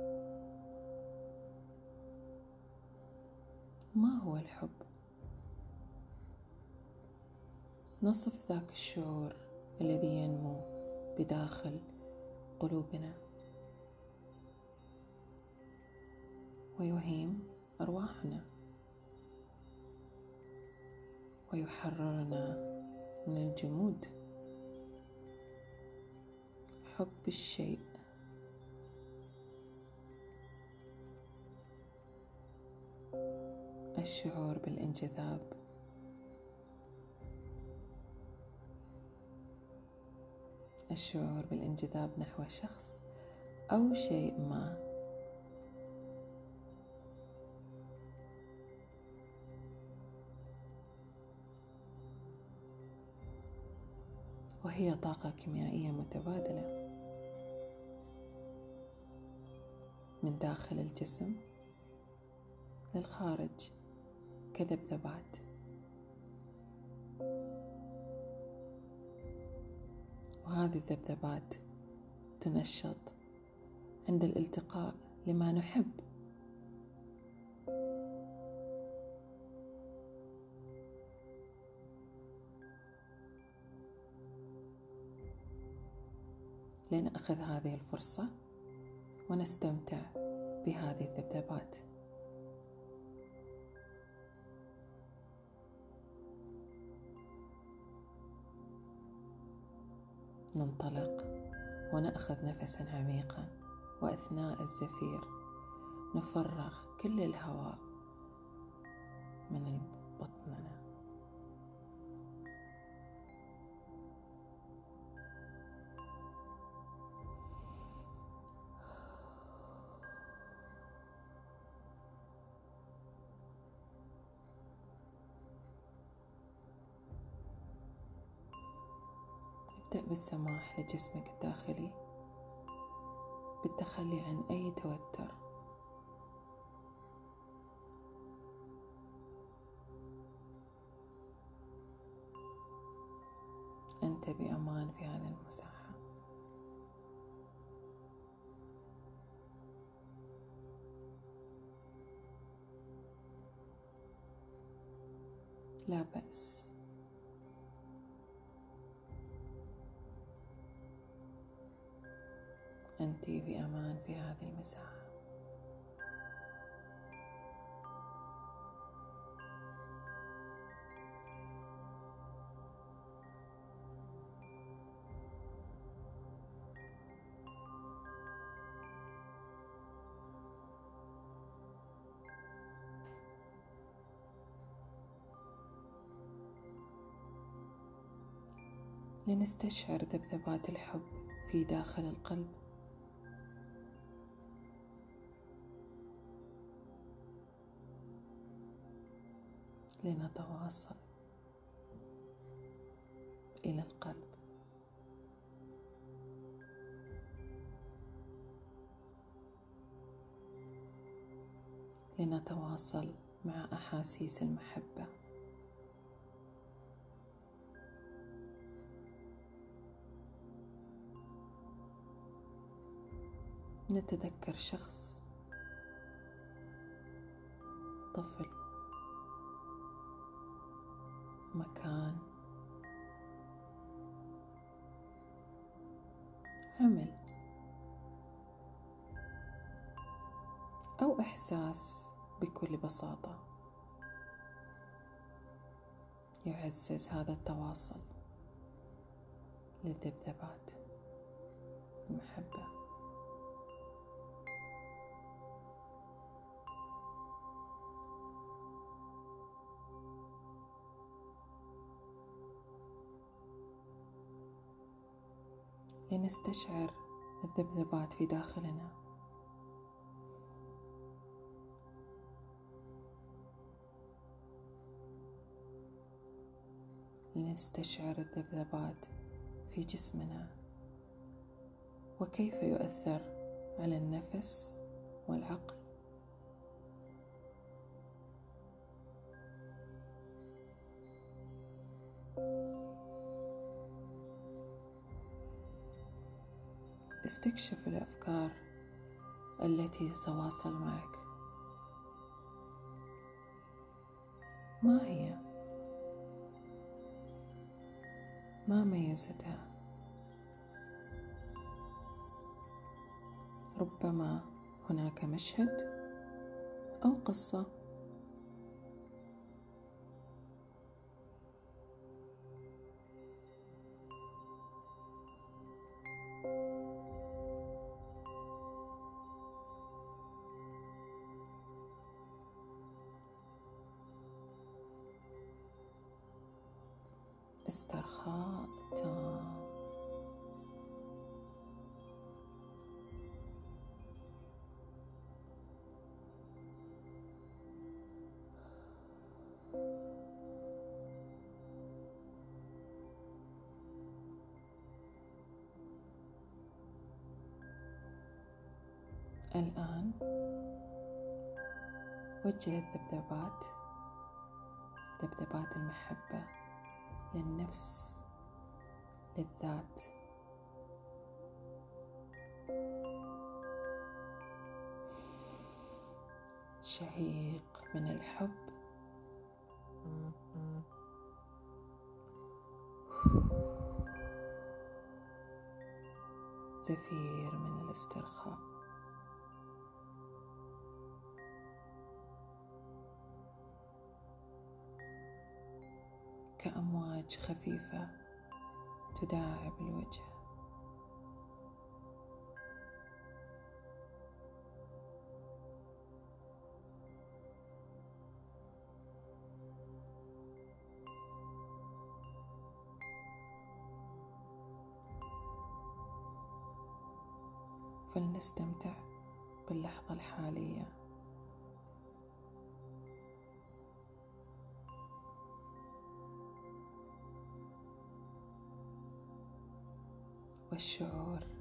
ما هو الحب؟ نصف ذاك الشعور الذي ينمو بداخل قلوبنا ويهيم أرواحنا ويحررنا من الجمود. حب الشيء، الشعور بالانجذاب، الشعور بالانجذاب نحو شخص أو شيء ما، وهي طاقة كيميائية متبادلة من داخل الجسم للخارج كذبذبات. وهذه الذبذبات تنشط عند الالتقاء لما نحب، لنأخذ هذه الفرصة ونستمتع بهذه الذبذبات. ننطلق ونأخذ نفسا عميقا، وأثناء الزفير نفرغ كل الهواء من بطننا. ابدأ بالسماح لجسمك الداخلي بالتخلي عن أي توتر. أنت بأمان في هذه المساحة. لا بأس. أنت بأمان في هذه المساحة. لنستشعر ذبذبات الحب في داخل القلب. لنتواصل إلى القلب. لنتواصل مع أحاسيس المحبة. نتذكر شخص، طفل، مكان، عمل أو إحساس بكل بساطة يعزز هذا التواصل للذبذبات المحبة. لنستشعر الذبذبات في داخلنا. لنستشعر الذبذبات في جسمنا وكيف يؤثر على النفس والعقل. استكشف الأفكار التي تتواصل معك؟ ما هي؟ ما ميزتها؟ ربما هناك مشهد أو قصة. استرخاء تام. الآن وجه الذبذبات، ذبذبات المحبة للنفس، للذات. شهيق من الحب، زفير من الاسترخاء. كأمواج خفيفة تداعب الوجه. فلنستمتع باللحظة الحالية. والشعور